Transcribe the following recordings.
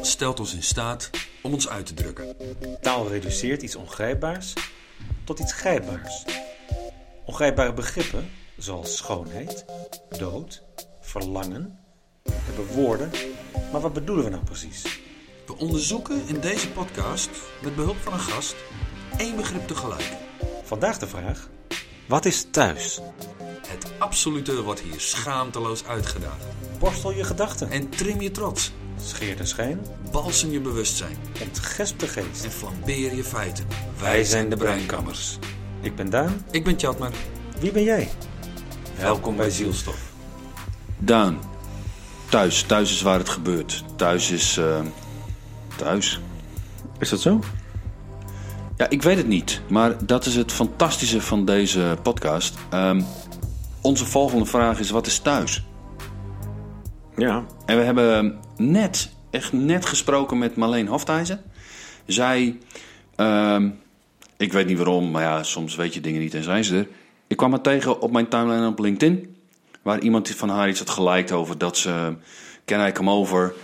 Taal stelt ons in staat om ons uit te drukken. Taal reduceert iets ongrijpbaars tot iets grijpbaars. Ongrijpbare begrippen, zoals schoonheid, dood, verlangen, hebben woorden, maar wat bedoelen we nou precies? We onderzoeken in deze podcast, met behulp van een gast, één begrip tegelijk. Vandaag de vraag, wat is thuis? Het absolute wordt hier schaamteloos uitgedaagd. Borstel je gedachten, En trim je trots, scheer de schijn, balsem je bewustzijn ontgesp de geest. en flambeer je feiten. Wij zijn de Breinkammers. Ik ben Daan, Ik ben Tjatmer. wie ben jij? Welkom bij Zielstof. Daan, thuis. Thuis is waar het gebeurt. Thuis is thuis. Is dat zo? Ja, ik weet het niet. Maar dat is het fantastische van deze podcast. Onze volgende vraag is, wat is thuis? Ja. En we hebben echt net gesproken met Marleen Hoftijzer. Zij, ik weet niet waarom, maar ja, soms weet je dingen niet en zijn ze er. Ik kwam haar tegen op mijn timeline op LinkedIn. Waar iemand van haar iets had geliked over dat ze, Can I Come Over,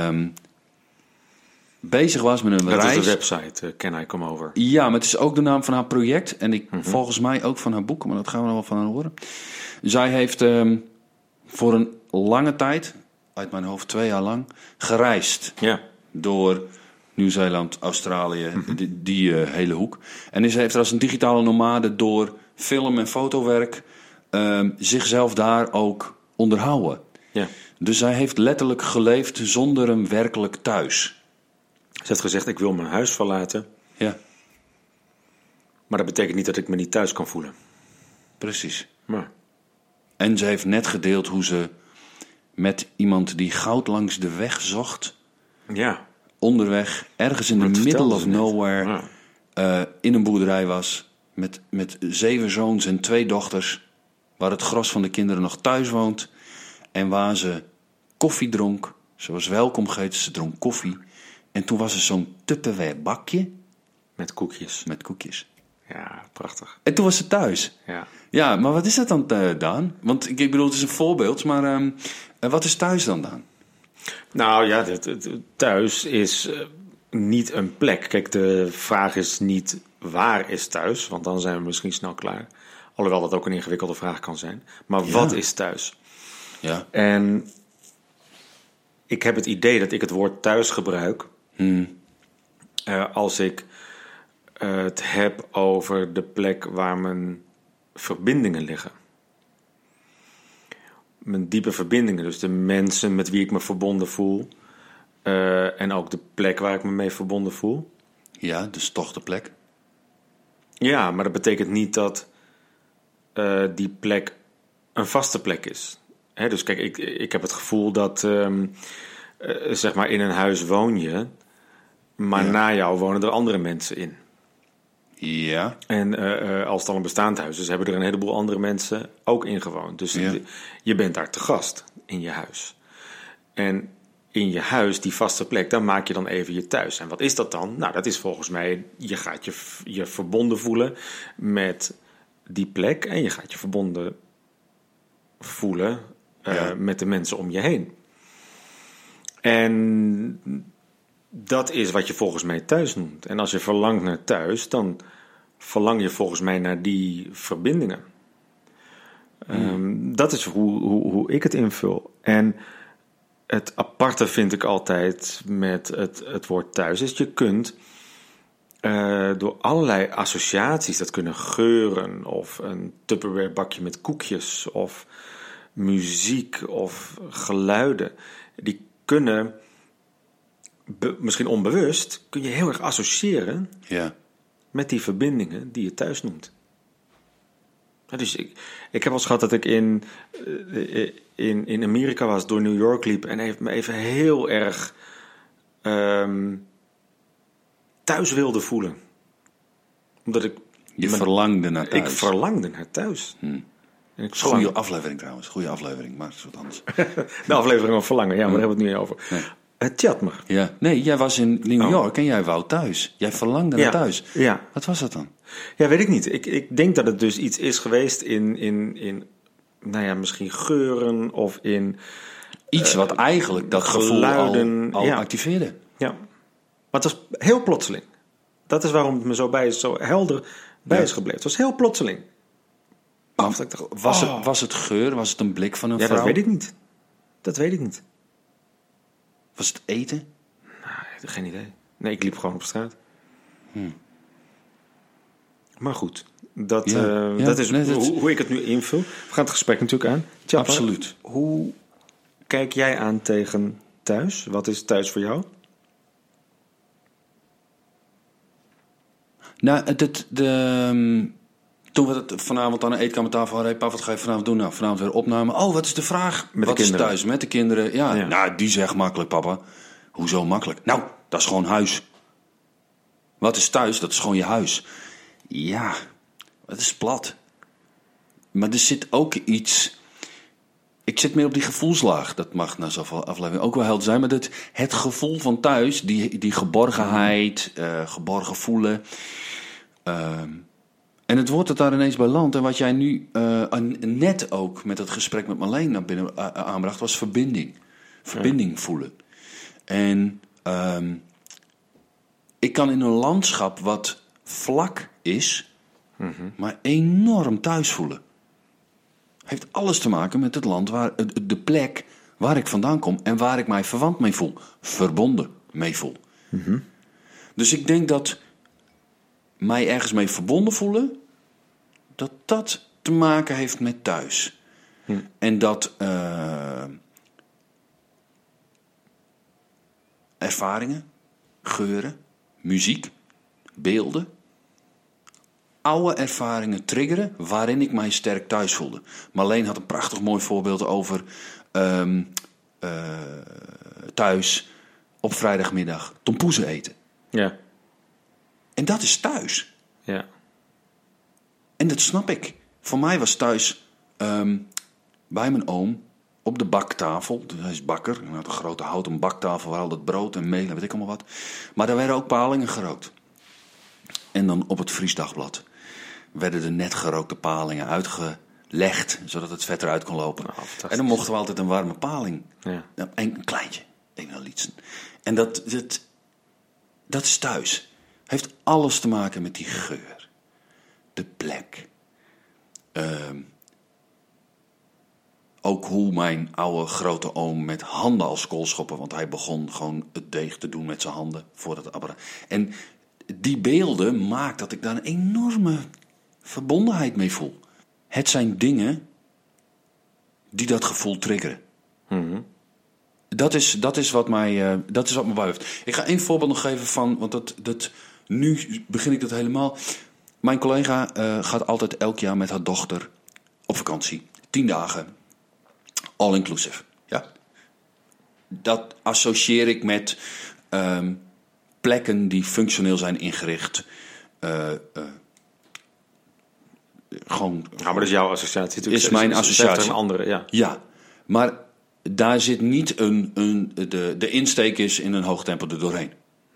bezig was met een reis. Dat is de website, Can I Come Over. Ja, maar het is ook de naam van haar project. En volgens mij ook van haar boek, maar dat gaan we nog wel van haar horen. Zij heeft voor een lange tijd, uit mijn hoofd 2 jaar lang, gereisd. Ja. Door Nieuw-Zeeland, Australië, die hele hoek. En ze heeft er als een digitale nomade door film- en fotowerk zichzelf daar ook onderhouden. Ja. Dus zij heeft letterlijk geleefd zonder een werkelijk thuis. Ze heeft gezegd, ik wil mijn huis verlaten. Ja, Maar dat betekent niet dat ik me niet thuis kan voelen. precies. Maar, En ze heeft net gedeeld hoe ze met iemand die goud langs de weg zocht, ja. onderweg, ergens in Dat the middle vertelde of ze net. nowhere, in een boerderij was, met 7 zoons en 2 dochters, waar het gros van de kinderen nog thuis woont, en waar ze koffie dronk. Ze was welkom geheten, ze dronk koffie. En toen was er zo'n Tupperware bakje Met koekjes. met koekjes. Ja, prachtig. En toen was ze thuis. Ja. Ja, maar wat is dat dan, Daan? Want ik bedoel, het is een voorbeeld, maar wat is thuis dan, Daan? Nou ja, thuis is niet een plek. Kijk, de vraag is niet waar is thuis, want dan zijn we misschien snel klaar. Alhoewel dat ook een ingewikkelde vraag kan zijn. Maar Ja. wat is thuis? Ja. En ik heb het idee dat ik het woord thuis gebruik als ik het heb over de plek waar mijn verbindingen liggen. Mijn diepe verbindingen, dus de mensen met wie ik me verbonden voel. En ook de plek waar ik me mee verbonden voel. Ja, dus toch de plek. Ja, maar dat betekent niet dat die plek een vaste plek is. Hè, dus kijk, ik heb het gevoel dat zeg maar in een huis woon je, maar Ja. na jou wonen er andere mensen in. Ja. En als het al een bestaand huis is, hebben er een heleboel andere mensen ook ingewoond. Dus Ja. je bent daar te gast in je huis. En in je huis, die vaste plek, daar maak je dan even je thuis. En wat is dat dan? Nou, dat is volgens mij, je gaat je verbonden voelen met die plek. En je gaat je verbonden voelen met de mensen om je heen. En dat is wat je volgens mij thuis noemt. En als je verlangt naar thuis, dan verlang je volgens mij naar die verbindingen. Dat is hoe ik het invul. En het aparte vind ik altijd met het woord thuis is, je kunt door allerlei associaties, dat kunnen geuren of een Tupperware bakje met koekjes of muziek of geluiden, die kunnen misschien onbewust, kun je heel erg associëren Ja. met die verbindingen die je thuis noemt. Ja, dus ik heb wel eens gehad dat ik in Amerika was, door New York liep en me even heel erg thuis wilde voelen. Omdat ik... Je verlangde naar thuis. Ik verlangde naar thuis. En ik Goeie aflevering trouwens. Goeie aflevering, maar het is wat anders. De aflevering van verlangen, ja, maar daar hebben we het nu over. Nee. Het Tjatmer. Ja. Nee, jij was in New York en jij wou thuis. Jij verlangde naar thuis. Ja. Wat was dat dan? Ja, weet ik niet. Ik denk dat het dus iets is geweest in nou ja, misschien geuren of in Iets wat eigenlijk dat gevoel geluiden, al ja. activeerde. Ja. Maar het was heel plotseling. Dat is waarom het me zo helder bij is gebleven. Het was heel plotseling. Maar ik dacht, was het geur? Was het een blik van een vrouw? Dat weet ik niet. Was het eten? Nou, geen idee. Nee, ik liep gewoon op straat. Maar goed, dat is hoe ik het nu invul. We gaan het gesprek natuurlijk aan. Tjappa, absoluut. Hoe kijk jij aan tegen thuis? Wat is thuis voor jou? Nou, toen we het vanavond aan de eetkamertafel hadden... Pap, wat ga je vanavond doen? Nou, vanavond weer opname. Oh, wat is de vraag? Met wat de is kinderen. thuis met de kinderen? Ja. Nou, die zegt makkelijk, papa. Hoezo makkelijk? Nou, dat is gewoon huis. Wat is thuis? Dat is gewoon je huis. Ja, het is plat. Maar er zit ook iets... Ik zit meer op die gevoelslaag. Dat mag na zoveel afleveringen ook wel helder zijn. Maar het gevoel van thuis, die geborgenheid, geborgen voelen... En het woord dat daar ineens bij landt... en wat jij nu net ook met het gesprek met Marleen naar binnen aanbracht... was verbinding. Verbinding voelen. En ik kan in een landschap wat vlak is... maar enorm thuis voelen. Heeft alles te maken met het land, de plek waar ik vandaan kom... en waar ik mij verwant mee voel. Verbonden mee voel. Dus ik denk dat... mij ergens mee verbonden voelen, dat te maken heeft met thuis. En dat ervaringen, geuren, muziek, beelden, oude ervaringen triggeren waarin ik mij sterk thuis voelde. Marleen had een prachtig mooi voorbeeld over thuis op vrijdagmiddag tompoezen eten. Ja. En dat is thuis. Ja. En dat snap ik. Voor mij was thuis bij mijn oom op de baktafel. Dus hij is bakker. Hij had een grote houten baktafel waar al dat brood en meel en weet ik allemaal wat. Maar daar werden ook palingen gerookt. En dan op het Fries Dagblad werden de net gerookte palingen uitgelegd, zodat het vet eruit kon lopen. Nou, en dan mochten we altijd een warme paling. Ja. Een kleintje. Een liedsen. En dat is thuis. Heeft alles te maken met die geur. De plek. Ook hoe mijn oude grote oom met handen als koolschoppen... want hij begon gewoon het deeg te doen met zijn handen voor het apparaat. En die beelden maakt dat ik daar een enorme verbondenheid mee voel. Het zijn dingen die dat gevoel triggeren. Dat is wat mij buigt. Ik ga één voorbeeld nog geven van... want nu begin ik dat helemaal. Mijn collega gaat altijd elk jaar met haar dochter op vakantie. 10 dagen. All inclusive. Ja. Dat associeer ik met plekken die functioneel zijn ingericht. Gewoon. Ja, maar dat is jouw associatie natuurlijk. Is mijn associatie. Een andere, ja. Ja, maar daar zit niet de insteek is in een hoogtempo er doorheen.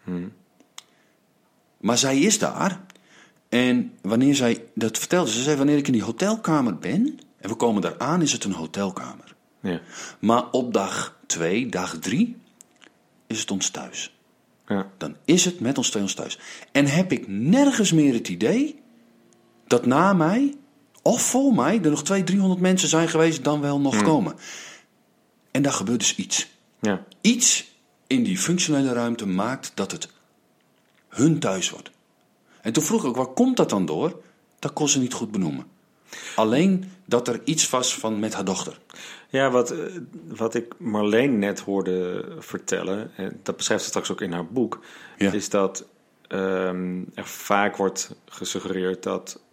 Maar zij is daar. En wanneer zij dat vertelde, ze zei: wanneer ik in die hotelkamer ben en we komen daar aan, is het een hotelkamer. Ja. Maar op dag 2, dag 3 is het ons thuis. Ja. Dan is het met ons twee ons thuis. En heb ik nergens meer het idee dat na mij of voor mij er nog 200-300 mensen zijn geweest dan wel nog komen. En daar gebeurt dus iets. Ja. Iets in die functionele ruimte maakt dat het hun thuis wordt. En toen vroeg ik, waar komt dat dan door? Dat kon ze niet goed benoemen. Alleen dat er iets was van met haar dochter. Ja, wat ik Marleen net hoorde vertellen, en dat beschrijft ze straks ook in haar boek, is dat er vaak wordt gesuggereerd dat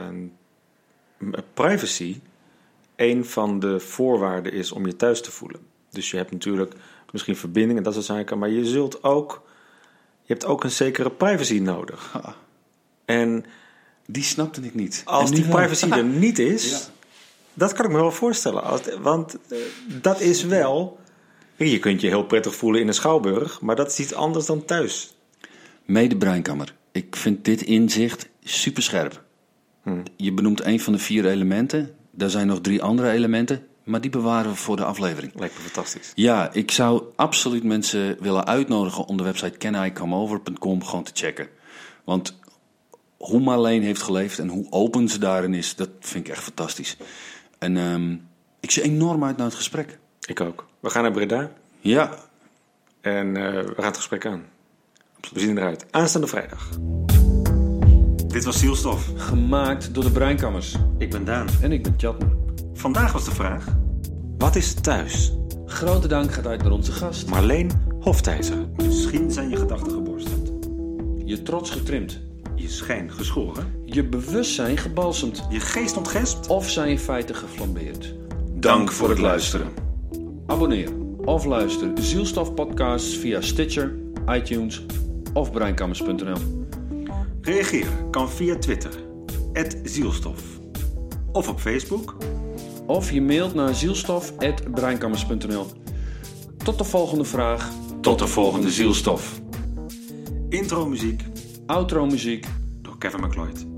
privacy een van de voorwaarden is om je thuis te voelen. Dus je hebt natuurlijk misschien verbinding en dat soort zaken, maar je hebt ook een zekere privacy nodig. Ha. En die snapte ik niet. Als die privacy er niet is, ja. Dat kan ik me wel voorstellen. Want dat is wel... Je kunt je heel prettig voelen in een schouwburg, maar dat is iets anders dan thuis. Medebreinkamer. Ik vind dit inzicht superscherp. Je benoemt een van de 4 elementen. Daar zijn nog 3 andere elementen. Maar die bewaren we voor de aflevering. Lijkt me fantastisch. Ja, ik zou absoluut mensen willen uitnodigen om de website canicomeover.com gewoon te checken. Want hoe Marleen heeft geleefd en hoe open ze daarin is, dat vind ik echt fantastisch. En ik zie enorm uit naar het gesprek. Ik ook. We gaan naar Breda Ja, en we gaan het gesprek aan. We zien eruit. Aanstaande vrijdag. Dit was Zielstof. gemaakt door de Breinkammers. Ik ben Daan. En ik ben Tjatner. Vandaag was de vraag: Wat is thuis? Grote dank gaat uit naar onze gast. Marleen Hoftijzer. misschien zijn je gedachten geborsteld, Je trots getrimd. je schijn geschoren, Je bewustzijn gebalsemd. je geest ontgespt. Of zijn je feiten geflambeerd. Dank voor het luisteren. Abonneer of luister Zielstof podcasts via Stitcher, iTunes of breinkammers.nl. Reageer kan via Twitter @zielstof of op Facebook. Of je mailt naar zielstof@breinkammers.nl. Tot de volgende vraag. Tot de volgende Zielstof. Intro muziek Outro muziek. door Kevin MacLeod.